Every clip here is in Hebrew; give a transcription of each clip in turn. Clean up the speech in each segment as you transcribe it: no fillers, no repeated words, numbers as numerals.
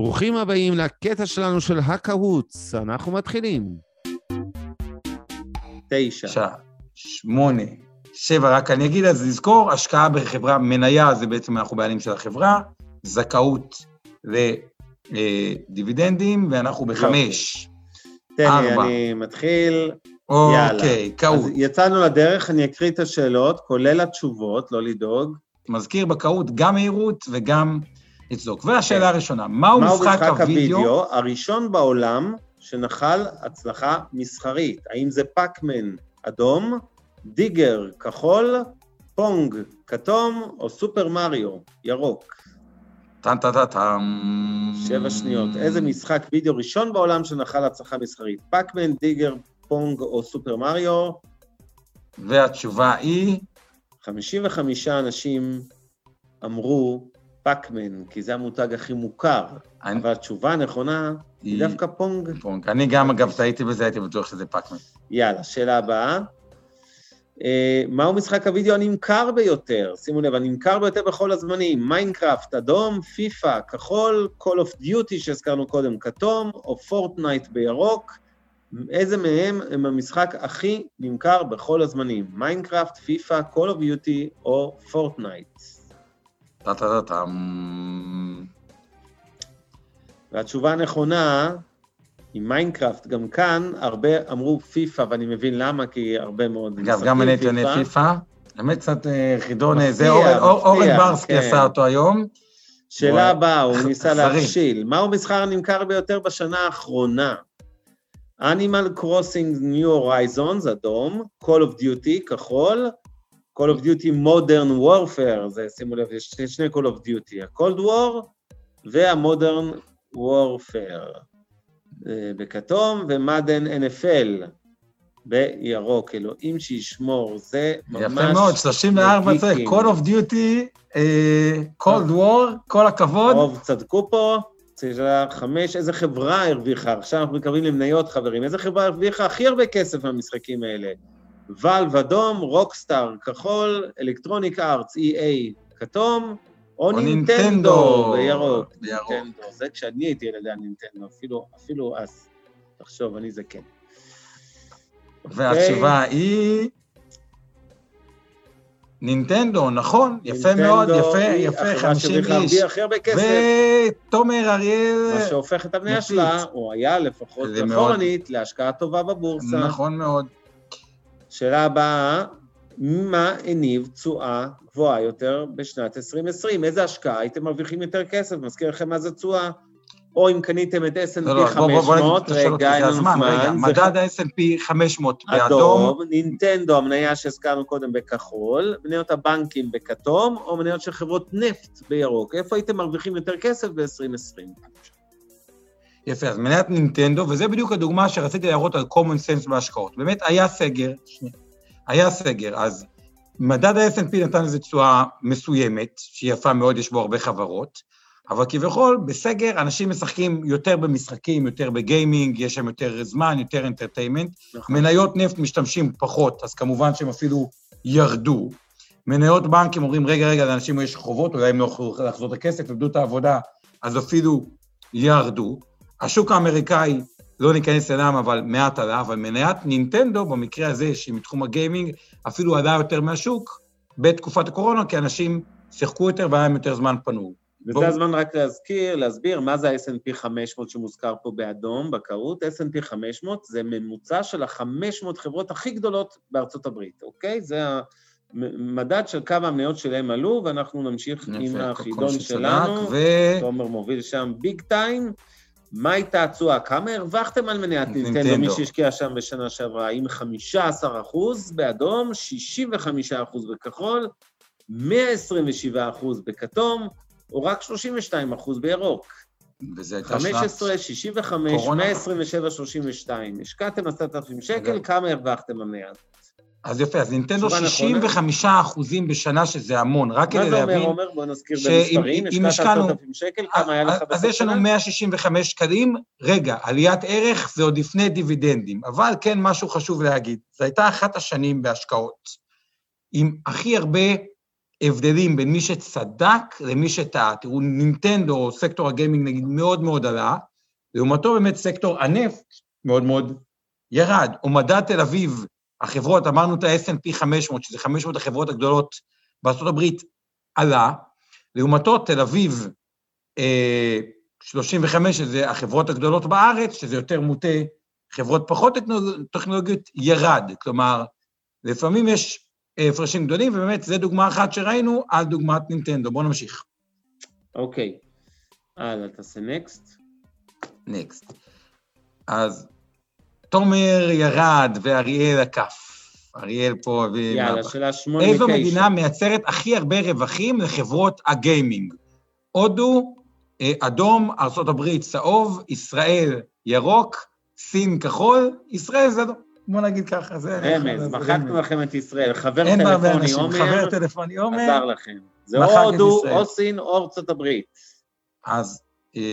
ברוכים הבאים לקטע שלנו של הקהוץ, אנחנו מתחילים. 9, 8, 7, רק אני אגיד, אז לזכור, השקעה בחברה מניה, זה בעצם אנחנו בעלים של החברה, זכאות לדיבידנדים, ואנחנו ב5. תן לי, אני מתחיל. אוקיי, קהות. אז יצאנו לדרך, אני אקריא את השאלות, כולל התשובות, לא לדאוג. מזכיר בקהות גם מהירות וגם לצדוק. והשאלה הראשונה, מהו משחק הוידאו? הראשון בעולם שנחל הצלחה מסחרית. האם זה פאקמן אדום, דיגר כחול, פונג כתום או סופר מריו ירוק? 7 שניות. איזה משחק וידאו ראשון בעולם שנחל הצלחה מסחרית? פאקמן, דיגר, פונג או סופר מריו? והתשובה היא? 55 אנשים אמרו פאקמן, כי זה המותג הכי מוכר. אבל התשובה הנכונה היא דווקא פונג. פונג. אני גם אגב טעיתי בזה, הייתי בטוח שזה פאקמן. יאללה, שאלה הבאה. מהו משחק הוידאו הנמכר ביותר? שימו לב, הנמכר ביותר בכל הזמנים. מיינקראפט אדום, פיפה כחול, Call of Duty שהזכרנו קודם כתום, או פורטנייט בירוק. איזה מהם הם המשחק הכי נמכר בכל הזמנים? מיינקראפט, פיפה, Call of Duty או פורטנייט? והתשובה הנכונה היא מיינקראפט. גם כאן הרבה אמרו פיפה, ואני מבין למה, כי הרבה מאוד משחקים פיפה. גם אני אתענה פיפה. באמת קצת חידון, זה אורן ברסקי עשה אותו היום. שאלה הבאה, הוא ניסה להכשיל. מהו מסחר הנמכר ביותר בשנה האחרונה? Animal Crossing New Horizons, אדום, Call of Duty, כחול, Call of Duty Modern Warfare, זה שימו לב, יש שני Call of Duty, ה-Cold War וה-Modern Warfare, בכתום, ומדן NFL, בירוק, אלוהים שישמור, זה ממש... יפה מאוד, 34 זה, Call of Duty, Cold War, כל הכבוד. רוב צדקו פה. 5, איזה חברה הרוויחה? עכשיו אנחנו מקווים למניות, חברים. איזה חברה הרוויחה הכי הרבה כסף מהמשחקים האלה? ואלב אדום, רוקסטאר כחול, אלקטרוניק ארטס, EA כתום, או נינטנדו בירוק. נינטנדו, זה כשאני הייתי ילדי נינטנדו, אפילו אז. תחשוב, אני זה כן. והתשובה היא... נינטנדו, נכון, יפה מאוד, יפה, 50 איש. ותומר אריאל... מה שהופך את המניה שלה, הוא היה לפחות בפורנית להשקעה טובה בבורסה. נכון מאוד. שאלה הבאה, מה הניב תשואה גבוהה יותר בשנת 2020? איזה השקעה? הייתם מרוויחים יותר כסף, מזכיר לכם מה זה תשואה? או אם קניתם את S&P 500, רגע, אין לנו זמן. מדד ה-S&P 500 באדום. אדום, נינטנדו, המניה שהזכרנו קודם בכחול, מניות הבנקים בכתום, או מניות של חברות נפט בירוק. איפה הייתם מרוויחים יותר כסף ב-2020? יפה, אז מניית נינטנדו, וזה בדיוק הדוגמה שרציתי להראות על common sense בהשקעות. באמת היה סגר, אז מדד ה-S&P נתן איזו תשואה מסוימת, שהיא יפה מאוד, יש בו הרבה חברות, אבל כביכול, בסגר, אנשים משחקים יותר במשחקים, יותר בגיימינג, יש שם יותר זמן, יותר אנטרטיימנט, מניות נפט משתמשים פחות, אז כמובן שהם אפילו ירדו. מניות בנקים אומרים, רגע, לאנשים יש חובות, אולי הם לא יכולו לחזור את הכסף, עבדו את העבודה, אז אפילו ירדו. השוק האמריקאי, לא ניכנס אליהם, אבל מעט עלה, אבל מניית נינטנדו, במקרה הזה, שהיא מתחום הגיימינג, אפילו עלה יותר מהשוק, בתקופת הקורונה, כי אנשים שיחקו יותר והיה יותר זמן פנוי. וזה הזמן רק להסביר מה זה ה-S&P 500 שמוזכר פה באדום, בקהות. S&P 500 זה ממוצע של ה-500 חברות הכי גדולות בארצות הברית, אוקיי? זה המדד של כמה המניות שלהם עלו, ואנחנו נמשיך עם החידון שלנו. תומר מוביל שם ביג טיים. מה הייתה התשואה? כמה הרווחתם על מניית נינטנדו? מי שהשקיע שם בשנה שעברה, עם 15% באדום, 65% בכחול, 127% בכתום, או רק 32% בירוק. וזה הייתה 15, 65, 127, 32. השקעתם 10,000 שקל, כמה הרווחתם המניית? אז יפה, אז נינטנדו 65% בשנה, שזה המון, רק כדי להבין... מה זה אומר? בוא נזכיר במספרים, השקעת 10,000 שקל, כמה היה לך בסוף שנה? אז יש לנו 165 שקלים, רגע, עליית ערך זה עוד לפני דיבידנדים, אבל כן משהו חשוב להגיד, זו הייתה אחת השנים בהשקעות, עם הכי הרבה הבדלים בין מי שצדק למי שטעה. תראו, נינטנדו, סקטור הגיימינג נגיד מאוד מאוד עלה, לעומתו באמת סקטור הנפט מאוד מאוד ירד. או מדד תל אביב, החברות, אמרנו את ה-S&P 500, שזה 500 החברות הגדולות בארצות הברית, עלה, לעומתו תל אביב 35, שזה החברות הגדולות בארץ, שזה יותר מוטה, חברות פחות טכנולוגיות, ירד. כלומר, לפעמים יש הפרשים גדולים, ובאמת זו דוגמה אחת שראינו על דוגמת נינטנדו. בואו נמשיך. אוקיי. תעשה נקסט. נקסט. אז תומר ירד ואריאל עקף. אריאל פה. יאללה, שאלה 8-9. איזו מדינה מייצרת הכי הרבה רווחים לחברות הגיימינג? הודו, אדום, ארצות הברית צהוב, ישראל ירוק, סין כחול, ישראל זה לא. בוא נגיד ככה, זה... רמז, מחקנו לכם את ישראל, חבר טלפוני עומר, עזר לכם. זה או הודו, או סין, או ארצות הברית. אז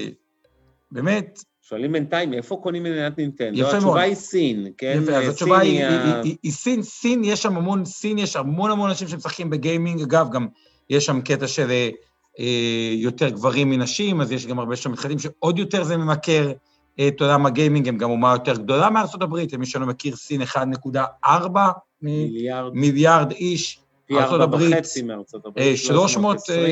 באמת... שואלים בינתיים, איפה קונים מדינת נינטנדו? התשובה היא סין, כן? אז התשובה היא סין, סין, יש שם המון, סין יש המון אנשים שמשחקים בגיימינג, אגב, גם יש שם קטע של יותר גברים מנשים, אז יש גם הרבה שם מתחדים שעוד יותר זה ממכר את עולם הגיימינג, הם גם אומה יותר גדולה מארצות הברית, למי שלא מכיר, סין 1.4 מיליארד איש, ארצות הברית 300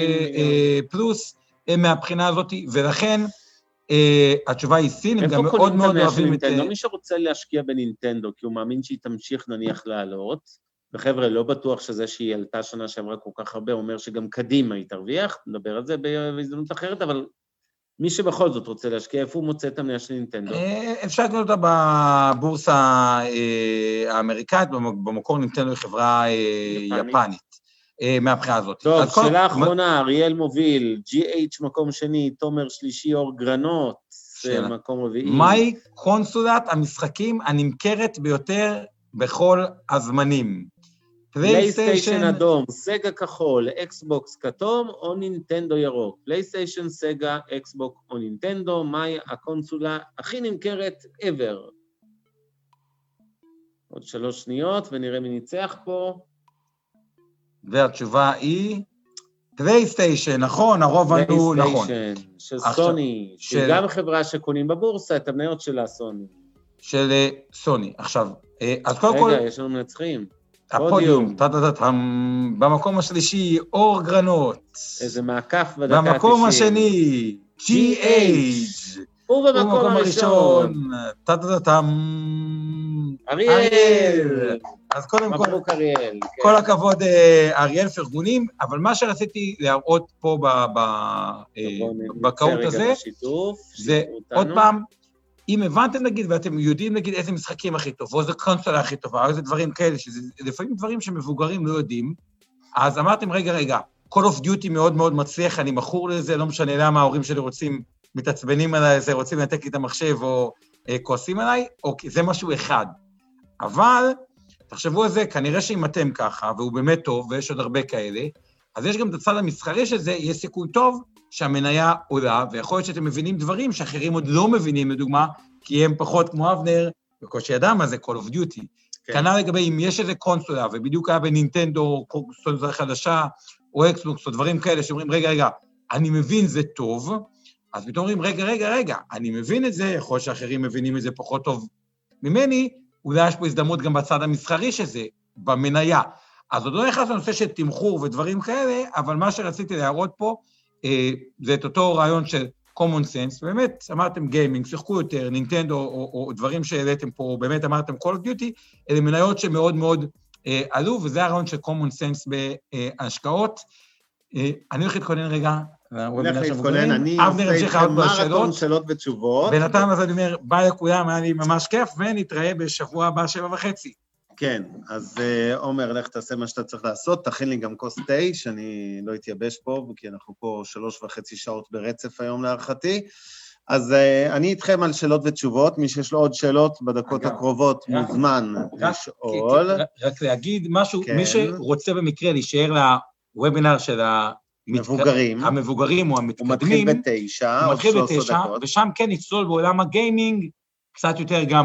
פלוס מהבחינה הזאת, ולכן התשובה היא סין, הם גם מאוד מאוד אוהבים את... מי שרוצה להשקיע בנינטנדו, כי הוא מאמין שהיא תמשיך נניח לעלות, וחבר'ה, לא בטוח שזה שהיא עלתה שנה שעברה כל כך הרבה, אומר שגם קדימה היא תרוויח, נדבר על זה בהזדמנות אחרת, אבל מי שבכל זאת רוצה להשקיע, איפה הוא מוצא את המניה של נינטנדו? אפשר לקנות אותה בבורסה האמריקאית, במקור נינטנדו היא חברה יפנית, מהבחינה הזאת. טוב, שאלה אחרונה, אריאל מוביל, GH מקום שני, תומר שלישי, אור גרנות, מקום רביעי. מהי קונסולת המשחקים הנמכרת ביותר בכל הזמנים? פלייסטיישן אדום, סגה כחול, אקסבוקס כתום או נינטנדו ירוק. פלייסטיישן, סגה, אקסבוקס או נינטנדו, מהי הקונסולה הכי נמכרת ever? עוד 3 שניות ונראה מי ניצח פה. והתשובה היא פלייסטיישן, נכון, הרוב ענו נכון. פלייסטיישן, של סוני, שהיא גם חברה שקונים בבורסה, את המניות שלה סוני. של סוני, עכשיו, אז קודם כל... רגע, יש לנו מנצחים. הפודיום, במקום השלישי, אור גרנות. איזה מעקף בדקה ה-90. במקום השני, GH. ובמקום הראשון, אריאל. אז קודם כל, מברוק אריאל. כל הכבוד אריאל פרגונים, אבל מה שרציתי להראות פה בקהות הזה, זה עוד פעם, אם הבנתם נגיד, ואתם יודעים נגיד איזה משחקים הכי טוב, או איזה קונסולה הכי טובה, או איזה דברים כאלה, שזה לפעמים דברים שמבוגרים לא יודעים, אז אמרתם, רגע, Call of Duty מאוד מאוד מצליח, אני מכור לזה, לא משנה למה ההורים שלי מתעצבנים עליי, רוצים לתק לי את המחשב, או כועסים עליי, אוקיי, זה משהו אחד. אבל, תחשבו על זה, כנראה שאם אתם ככה, והוא באמת טוב, ויש עוד הרבה כאלה, אז יש גם את הצד המסחרי של זה, יש סיכוי טוב שהמניה עולה, ויכול להיות שאתם מבינים דברים שאחרים עוד לא מבינים, לדוגמה, כי הם פחות כמו אבנר, בקושי ידע מה זה Call of Duty. כן. כנ"ל לגבי אם יש איזה קונסולה, ובדיוק היה בנינטנדו, קונסולה חדשה, או אקסבוקס, או דברים כאלה, שאומרים, רגע, אני מבין זה טוב, אז פתאום אומרים, רגע, אני מבין את זה, יכול להיות שאחרים מבינים את זה פחות טוב ממני, אולי יש פה הזדמנות גם בצד המסחרי שזה, במניה. אז עוד לא נכנס לנושא של תמחור ודברים כאלה, אבל מה שרציתי להראות פה, זה את אותו רעיון של common sense, באמת אמרתם גיימינג, שיחקו יותר, נינטנדו או דברים שהעליתם פה, באמת אמרתם Call of Duty, אלה מניות שמאוד מאוד עלו, וזה הרעיון של common sense בהשקעות. אני הולך להתכונן רגע, אני עושה איתכם מרתון שאלות ותשובות. בינתיים אז אני אומר, ביי לכולם, היה לי ממש כיף, ונתראה בשבוע הבא 7:30. כן, אז עומר, לך תעשה מה שאתה צריך לעשות, תכין לי גם כוס תה, שאני לא אתייבש פה, כי אנחנו פה 3.5 שעות ברצף היום להערכתי. אז אני איתכם על שאלות ותשובות, מי שיש לו עוד שאלות בדקות הקרובות מוזמן לשאול. רק להגיד משהו, מי שרוצה במקרה להישאר לוובינר של המבוגרים או המתקדמים, הוא מתחיל ב9, ושם כן נצלול בעולם הגיימינג, קצת יותר גם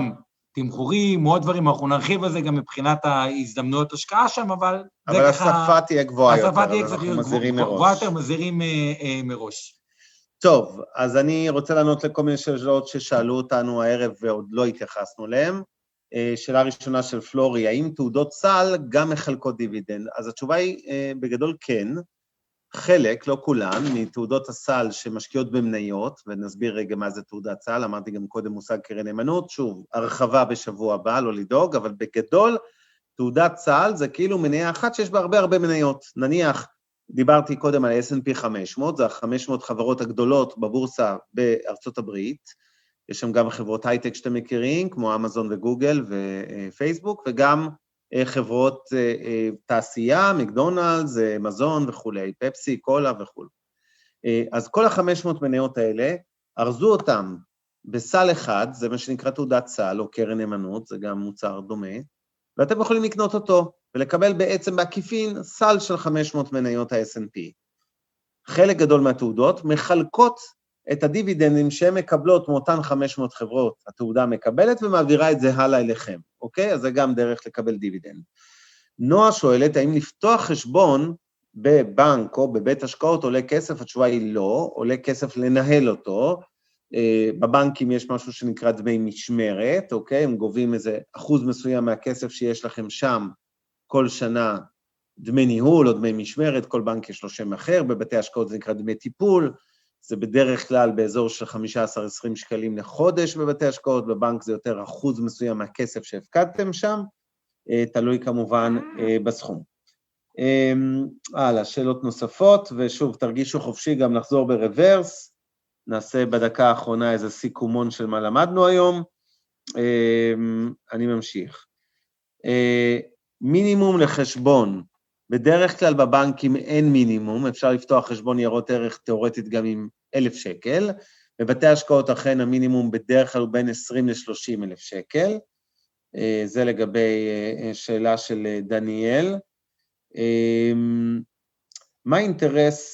תמחורים, עוד דברים, אנחנו נרחיב על זה גם מבחינת ההזדמנויות השקעה שם, אבל השפה תהיה גבוהה יותר, השפה תהיה קצת גבוהה יותר, מזהירים מראש. טוב, אז אני רוצה לענות לכל מיני שאלות ששאלו אותנו הערב ועוד לא התייחסנו להם. שאלה ראשונה של פלורי, האם תעודות סל גם מחלקות דיבידנד? אז התשובה היא בגדול כן, חלק, לא כולן, מתעודות הסל שמשקיעות במניות, ונסביר רגע מה זה תעודת סל, אמרתי גם קודם מושג קרן נאמנות, שוב, הרחבה בשבוע הבא, לא לדאוג, אבל בגדול, תעודת סל זה כאילו מניה אחת שיש בה הרבה מניות. נניח, דיברתי קודם על S&P 500, זה ה-500 חברות הגדולות בבורסה בארצות הברית, יש שם גם חברות הייטק שאתם מכירים, כמו אמזון וגוגל ופייסבוק, וגם חברות תעשייה, מקדונלדס, מזון וכו', פפסי, קולה וכו'. אז כל ה-500 מניות האלה, ארזו אותם בסל אחד, זה מה שנקרא תעודת סל או קרן נאמנות, זה גם מוצר דומה, ואתם יכולים לקנות אותו, ולקבל בעצם בעקיפין סל של 500 מניות ה-S&P. חלק גדול מהתעודות מחלקות את הדיבידנדים שהן מקבלות מאותן 500 חברות, התעודה מקבלת ומעבירה את זה הלאה אליכם, אוקיי? אז זה גם דרך לקבל דיבידנד. נועה שואלת, האם לפתוח חשבון בבנק או בבית השקעות עולה כסף? התשובה היא לא, עולה כסף לנהל אותו, בבנקים יש משהו שנקרא דמי משמרת, אוקיי? הם גובים איזה אחוז מסוים מהכסף שיש לכם שם כל שנה, דמי ניהול או דמי משמרת, כל בנק יש לו שם אחר, בבתי השקעות זה נקרא דמי טיפול, זה בדרך כלל באזור של 15-20 שקלים לחודש בבתי השקעות, בבנק זה יותר אחוז מסוים מהכסף שהפקדתם שם, תלוי כמובן בסכום. הלאה, שאלות נוספות, ושוב תרגישו חופשי גם לחזור ברוורס, נעשה בדקה האחרונה איזה סיכומון של מה למדנו היום, אני ממשיך. מינימום לחשבון, בדרך כלל בבנקים אין מינימום, אפשר לפתוח חשבון ניירות ערך תיאורטית גם עם 1,000 שקל, בבתי השקעות אכן המינימום בדרך כלל הוא בין 20 ל-30 אלף שקל, זה לגבי שאלה של דניאל. מה האינטרס,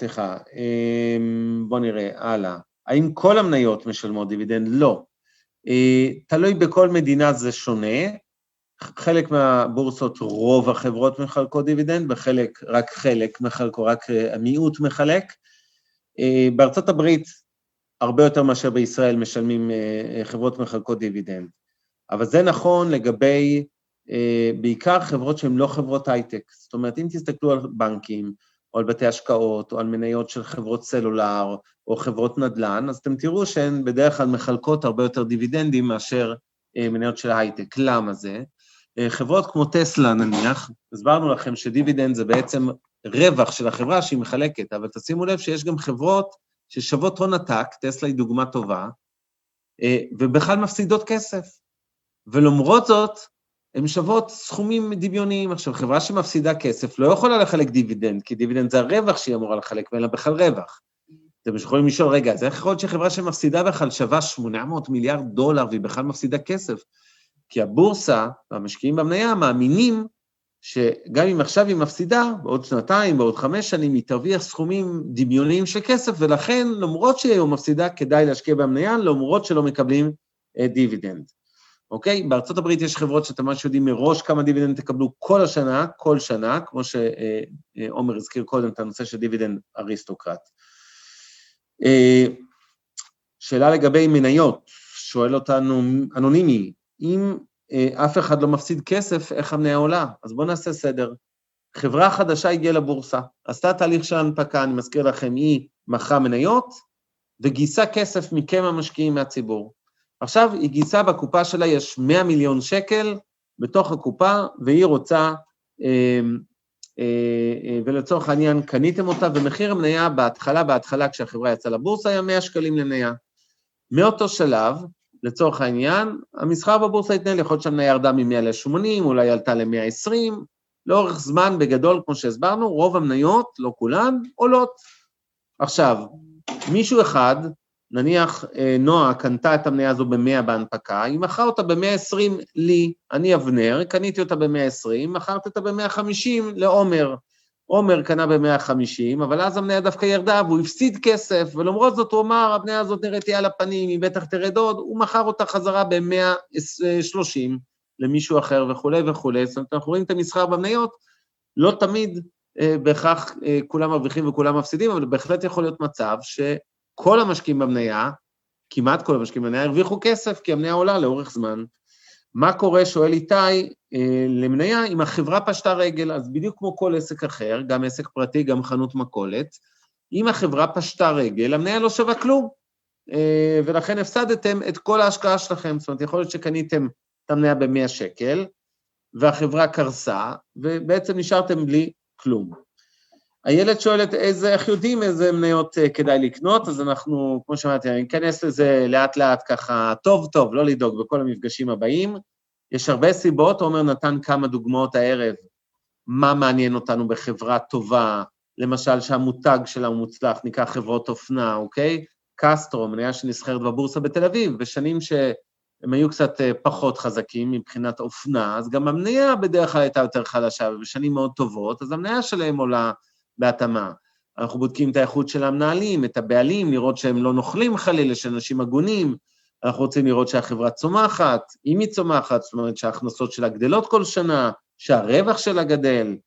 בוא נראה, הלאה, האם כל המניות משלמות דיבידנד? לא. תלוי בכל מדינה זה שונה, חלק מהבורסות רוב החברות מחלקות דיבידנד, בחלק רק חלק מחלקו, רק המיעוט מחלק. בארצות הברית הרבה יותר מאשר בישראל משלמים חברות מחלקות דיבידנד, אבל זה נכון לגבי בעיקר חברות שהן לא חברות הייטק, זאת אומרת אם תסתכלו על בנקים או על בתי השקעות או על מניות של חברות סלולר או חברות נדל"ן, אז אתם תראו שהן בדרך כלל מחלקות הרבה יותר דיבידנדים מאשר מניות של הייטק. למה זה? חברות כמו טסלה נניח, הסברנו לכם שדיבידנד זה בעצם רווח של החברה שהיא מחלקת, אבל תשימו לב שיש גם חברות ששוות הון עתק, טסלה היא דוגמה טובה, ובכלל מפסידות כסף, ולמרות זאת, הן שוות סכומים דמיוניים. עכשיו, חברה שמפסידה כסף לא יכולה לחלק דיבידנד, כי דיבידנד זה הרווח שהיא אמורה לחלק, ואין לה בכלל רווח. אתם יכולים לשאול, רגע, אז איך יכול להיות שחברה שמפסידה בכלל שווה 800 מיליארד דולר, והיא בכלל מפסידה כסף? כי הבורסה והמשקיעים במניה מאמינים שגם אם עכשיו היא מפסידה, בעוד שנתיים, בעוד 5 שנים, היא תרוויח סכומים דמיוניים של כסף, ולכן, למרות שהיא מפסידה, כדאי להשקיע במניה, למרות שלא מקבלים דיבידנד. אוקיי? בארצות הברית יש חברות שאתם ממש יודעים מראש כמה דיבידנד תקבלו כל שנה, כמו שעומר הזכיר קודם את הנושא של דיבידנד אריסטוקרט. שאלה לגבי מניות, שואל אותנו אנונימי, אם אף אחד לא מפסיד כסף, איך המניה עולה? אז בואו נעשה סדר. חברה חדשה הגיעה לבורסה, עשתה תהליך של הנפקה, אני מזכיר לכם, היא מכרה מניות, וגייסה כסף מכם המשקיעים מהציבור. עכשיו היא גייסה בקופה שלה, יש 100 מיליון שקל בתוך הקופה, והיא רוצה, ולצורך העניין קניתם אותה, ומחיר המניה בהתחלה כשהחברה יצאה לבורסה, היה 100 שקלים למניה. מאותו שלב, לצורך העניין, המסחר בבורסה התנהל, יכול להיות שהמניה ירדה מ-100 ל-80, אולי עלתה ל-120, לאורך זמן בגדול, כמו שהסברנו, רוב המניות, לא כולן, עולות. עכשיו, מישהו אחד, נניח נועה קנתה את המניה הזו ב-100 בהנפקה, היא מכרה אותה ב-120 לי, אני אבנר, קניתי אותה ב-120, מכרת אותה ב-150 לעומר. עומר קנה ב-150, אבל אז המניה דווקא ירדה, והוא הפסיד כסף, ולמרות זאת הוא אמר, המניה הזאת נראית לי על הפנים, היא בטח תרד עוד, הוא מכר אותה חזרה ב-130 למישהו אחר וכו' וכו'. זאת אומרת, אנחנו רואים את המסחר במניות, לא תמיד בהכרח כולם מרוויחים וכולם מפסידים, אבל בהחלט יכול להיות מצב שכל המשקיעים במניה, כמעט כל המשקיעים במניה, הרוויחו כסף, כי המניה עולה לאורך זמן. מה קורה, שואל איתי, למניה, אם החברה פשטה רגל, אז בדיוק כמו כל עסק אחר, גם עסק פרטי, גם חנות מכולת, אם החברה פשטה רגל, המניה לא שווה כלום, ולכן הפסדתם את כל ההשקעה שלכם, זאת אומרת, יכול להיות שקניתם את המניה ב-100 שקל, והחברה קרסה, ובעצם נשארתם בלי כלום. הילד שואלת איך יודעים איזה מניות כדאי לקנות, אז אנחנו, כמו שאמרתי, ניכנס לזה לאט לאט ככה, טוב, לא לדאוג בכל המפגשים הבאים. יש הרבה סיבות, עומר נתן כמה דוגמאות הערב, מה מעניין אותנו בחברה טובה, למשל שהמותג שלה הוא מוצלח, נקרא חברות אופנה, אוקיי? קסטרו, מניה שנסחרת בבורסה בתל אביב, בשנים שהם היו קצת פחות חזקים מבחינת אופנה, אז גם המניה בדרך כלל הייתה יותר חלשה, ובשנים מאוד טובות, אז המניה שלהם עולה בהתאמה. אנחנו בודקים את האיכות של המנהלים, את הבעלים, לראות שהם לא נוכלים חלילה, שאנשים הגונים, אנחנו רוצים לראות שהחברה צומחת, אם היא צומחת, זאת אומרת שההכנסות שלה גדלות כל שנה, שהרווח שלה גדל.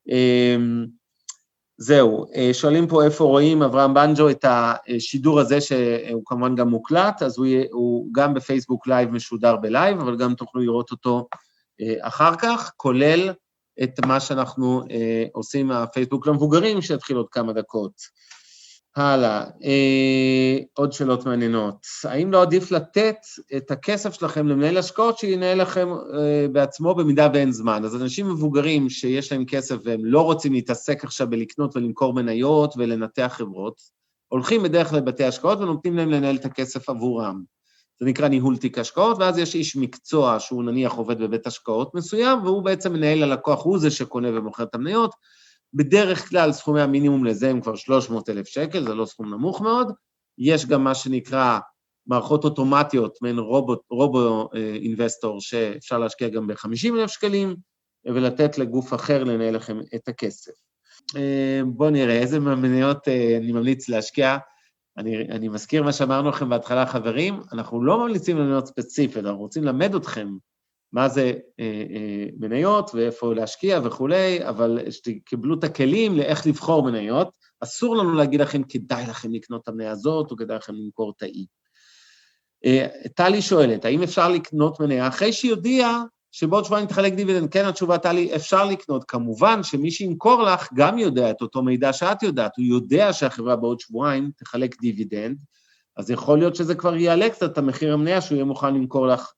זהו, שואלים פה איפה רואים אברהם בנג'ו את השידור הזה, שהוא כמובן גם מוקלט, אז הוא גם בפייסבוק לייב משודר בלייב, אבל גם תוכלו לראות אותו אחר כך, כולל את מה שאנחנו עושים מהפייסבוק למבוגרים, שיתחיל עוד כמה דקות. הלאה, עוד שאלות מעניינות. האם לא עדיף לתת את הכסף שלכם למנהל השקעות, שינהל לכם בעצמו במידה ואין זמן? אז אנשים מבוגרים שיש להם כסף, והם לא רוצים להתעסק עכשיו בלקנות ולמכור מניות ולנתח חברות, הולכים בדרך כלל לבתי השקעות ונותנים להם לנהל את הכסף עבורם. זה נקרא ניהול תיק השקעות, ואז יש איש מקצוע שהוא נניח עובד בבית השקעות מסוים, והוא בעצם מנהל הלקוח, הוא זה שקונה ומוכר את המניות. בדרך כלל סכומי המינימום לזה הם כבר 300,000 שקל, זה לא סכום נמוך מאוד. יש גם מה שנקרא מערכות אוטומטיות, מעין רובו אינבסטור, שאפשר להשקיע גם ב-50,000 שקלים, ולתת לגוף אחר לנהל לכם את הכסף. בואו נראה איזה מניות אני ממליץ להשקיע. אני מזכיר מה שאמרנו לכם בהתחלה, חברים, אנחנו לא ממליצים למניות ספציפיות, אנחנו רוצים ללמד אתכם מה זה מניות ואיפה להשקיע וכולי, אבל שתקבלו את הכלים לאיך לבחור מניות, אסור לנו להגיד לכם כדאי לכם לקנות את המניה הזאת, או כדאי לכם למכור את האי. טלי שואלת, האם אפשר לקנות מניה אחרי שיודע שבעוד שבועיים תחלק דיבידנד? כן, התשובה טלי, אפשר לקנות. כמובן שמי שימכור לך גם יודע את אותו מידע שאת יודעת, הוא יודע שהחברה בעוד שבועיים תחלק דיבידנד, אז יכול להיות שזה כבר יעלה קצת את המחיר המניה, שהוא יהיה מוכן למכור לך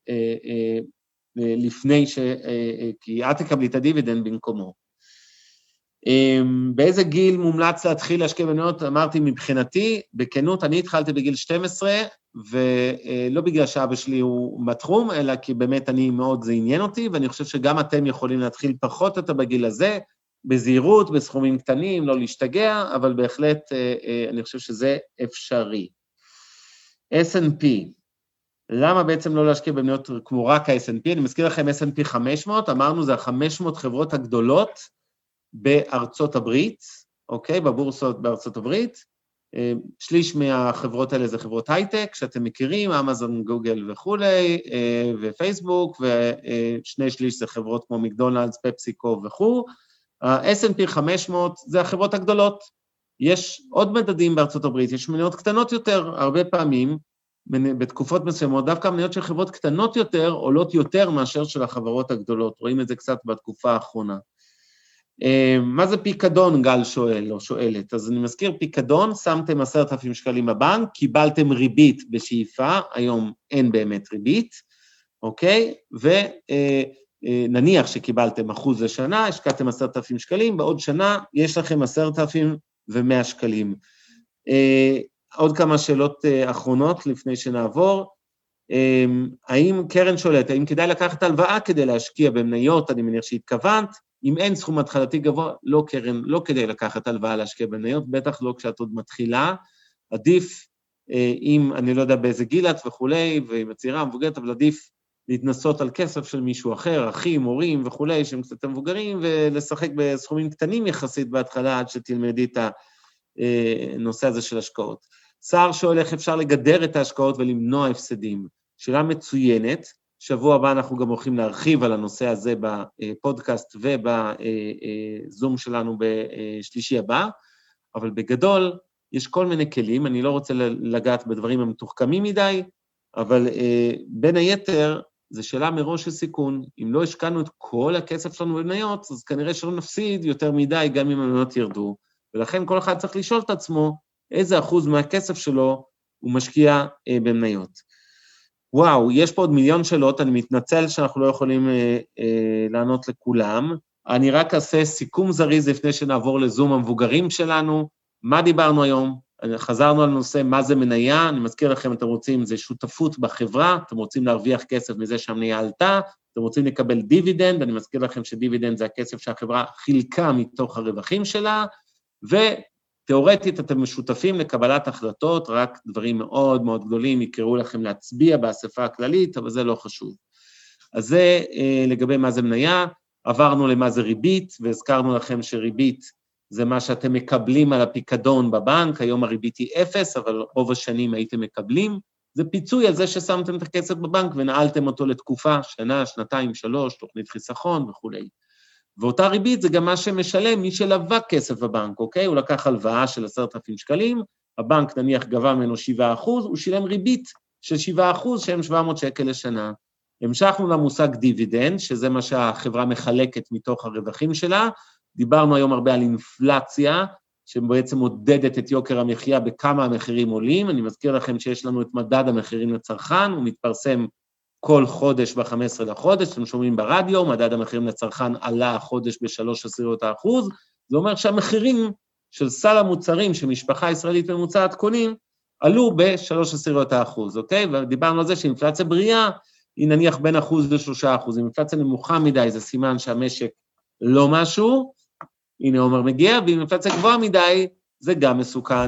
לפני כי את תקבלי את הדיבידנד במקומו. באיזה גיל מומלץ להתחיל להשקיע במניות? אמרתי מבחינתי, בכנות, אני התחלתי בגיל 12, ולא בגלל שאבא שלי הוא בתחום, אלא כי באמת אני מאוד, זה עניין אותי, ואני חושב שגם אתם יכולים להתחיל פחות אותה בגיל הזה, בזהירות, בסכומים קטנים, לא להשתגע, אבל בהחלט אני חושב שזה אפשרי. S&P, למה בעצם לא להשקיע במניות כמו רק ה-S&P? אני מזכיר לכם S&P 500, אמרנו זה ה-500 חברות הגדולות בארצות הברית, אוקיי? בבורסות בארצות הברית, שליש מהחברות האלה זה חברות הייטק, שאתם מכירים, אמזון, גוגל וכולי, ופייסבוק, ושני שליש זה חברות כמו מקדונלדס, פפסיקו וכו'. ה-S&P 500 זה החברות הגדולות. יש עוד מדדים בארצות הברית, יש מניות קטנות יותר, הרבה פעמים, בתקופות מסוימות, דווקא המניות של חברות קטנות יותר, עולות יותר מאשר של החברות הגדולות. רואים את זה קצת בתקופה האחרונה. מה זה פיקדון, גל שואל או שואלת? אז אני מזכיר, פיקדון, שמתם 10,000 שקלים בבנק, קיבלתם ריבית בשאיפה, היום אין באמת ריבית, אוקיי? ונניח שקיבלתם 1% לשנה, השקעתם 10,000 שקלים, בעוד שנה יש לכם 10,100 שקלים. עוד כמה שאלות אחרונות לפני שנעבור. האם, קרן שואלת, האם כדאי לקחת הלוואה כדי להשקיע במניות? אני מניח שהתכוונת. אם אין סכום התחלתי גבוה, לא קרן, לא כדי לקחת הלוואה להשקיע במניות, בטח לא כשאת עוד מתחילה. עדיף, אם אני לא יודע באיזה גיל את וכולי, ועם הצעירה המבוגרת, אבל עדיף להתנסות על כסף של מישהו אחר, אחים, מורים וכולי, שהם קצת מבוגרים, ולשחק בסכומים קטנים יחסית בהתחלה, עד שתלמדי את הנושא הזה של השקעות. סער שואל איך אפשר לגדר את ההשקעות ולמנוע הפסדים. שאלה מצוינת, שבוע הבא אנחנו גם הולכים להרחיב על הנושא הזה בפודקאסט ובזום שלנו בשלישי הבא, אבל בגדול יש כל מיני כלים, אני לא רוצה לגעת בדברים המתוחכמים מדי, אבל בין היתר, זו שאלה מראש של סיכון, אם לא השקענו את כל הכסף שלנו במניות, אז כנראה שלא נפסיד יותר מדי גם אם המניות ירדו, ולכן כל אחד צריך לשאול את עצמו, איזה אחוז מהכסף שלו הוא משקיע במניות. וואו, יש פה עוד מיליון שאלות, אני מתנצל שאנחנו לא יכולים לענות לכולם, אני רק אעשה סיכום זריז לפני שנעבור לזום המבוגרים שלנו, מה דיברנו היום? חזרנו על נושא מה זה מניה, אני מזכיר לכם, אתם רוצים, זה שותפות בחברה, אתם רוצים להרוויח כסף מזה שהמניה עלתה, אתם רוצים לקבל דיבידנד, אני מזכיר לכם שדיבידנד זה הכסף שהחברה חילקה מתוך הרווחים שלה, ותיאורטית אתם משותפים לקבלת החלטות, רק דברים מאוד מאוד גדולים יקראו לכם להצביע באספה הכללית, אבל זה לא חשוב. אז זה לגבי מה זה מניה, עברנו למה זה ריבית, והזכרנו לכם שריבית זה מה שאתם מקבלים על הפיקדון בבנק, היום הריבית היא 0, אבל רוב השנים הייתם מקבלים, זה פיצוי על זה ששמתם את הכסף בבנק ונעלתם אותו לתקופה, שנה, שנתיים, 3, תוכנית חיסכון וכו'. ואותה ריבית זה גם מה שמשלם מי שלווה כסף בבנק, אוקיי? הוא לקח הלוואה של 10,000 שקלים, הבנק נניח גבה ממנו 7%, הוא שילם ריבית של 7%, שהם 700 שקל לשנה. המשכנו למושג דיבידנד, שזה מה שהחברה מחלקת מתוך הרווחים שלה, דיברנו היום הרבה על אינפלציה, שבעצם מודדת את יוקר המחיה בכמה המחירים עולים, אני מזכיר לכם שיש לנו את מדד המחירים לצרכן, הוא מתפרסם כל חודש ב-15 לחודש, אתם שומעים ברדיו, מדד המחירים לצרכן עלה החודש ב-0.3%, זה אומר שהמחירים של סל המוצרים שמשפחה ישראלית ממוצעת קונים, עלו ב-0.3%, אוקיי? ודיברנו על זה שאינפלציה בריאה, היא נניח בין 1% ל-3%, אם אינפלציה נמוכה מדי, זה סימן שהמשק לא משהו, הנה עומר מגיע, ואם אינפלציה גבוהה מדי, זה גם מסוכן.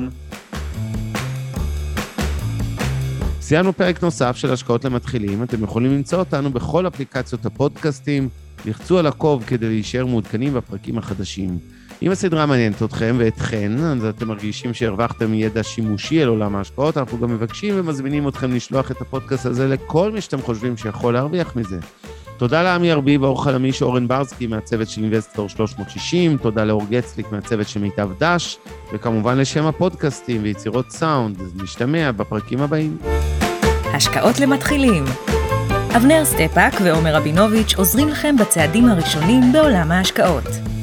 סיימנו פרק נוסף של השקעות למתחילים, אתם יכולים למצוא אותנו בכל אפליקציות הפודקאסטים, לחצו על עקוב כדי להישאר מעודכנים בפרקים החדשים. אם הסדרה מעניינת אתכם ואתכן, אז אתם מרגישים שהרווחתם ידע שימושי על עולם ההשקעות, אנחנו גם מבקשים ומזמינים אתכם לשלוח את הפודקאסט הזה לכל מי שאתם חושבים שיכול להרוויח מזה. תודה לעמי ארביב, האור חלמיש, אורן ברסקי מהצוות של אינבסטור 360, תודה לאור גצליק מהצוות של מיטב דש, וכמובן לשם הפודקאסטים ויצירות סאונד, אז נשתמע בפרקים הבאים. השקעות למתחילים. אבנר סטפאק ועומר רבינוביץ' עוזרים לכם בצעדים הראשונים בעולם ההשקעות.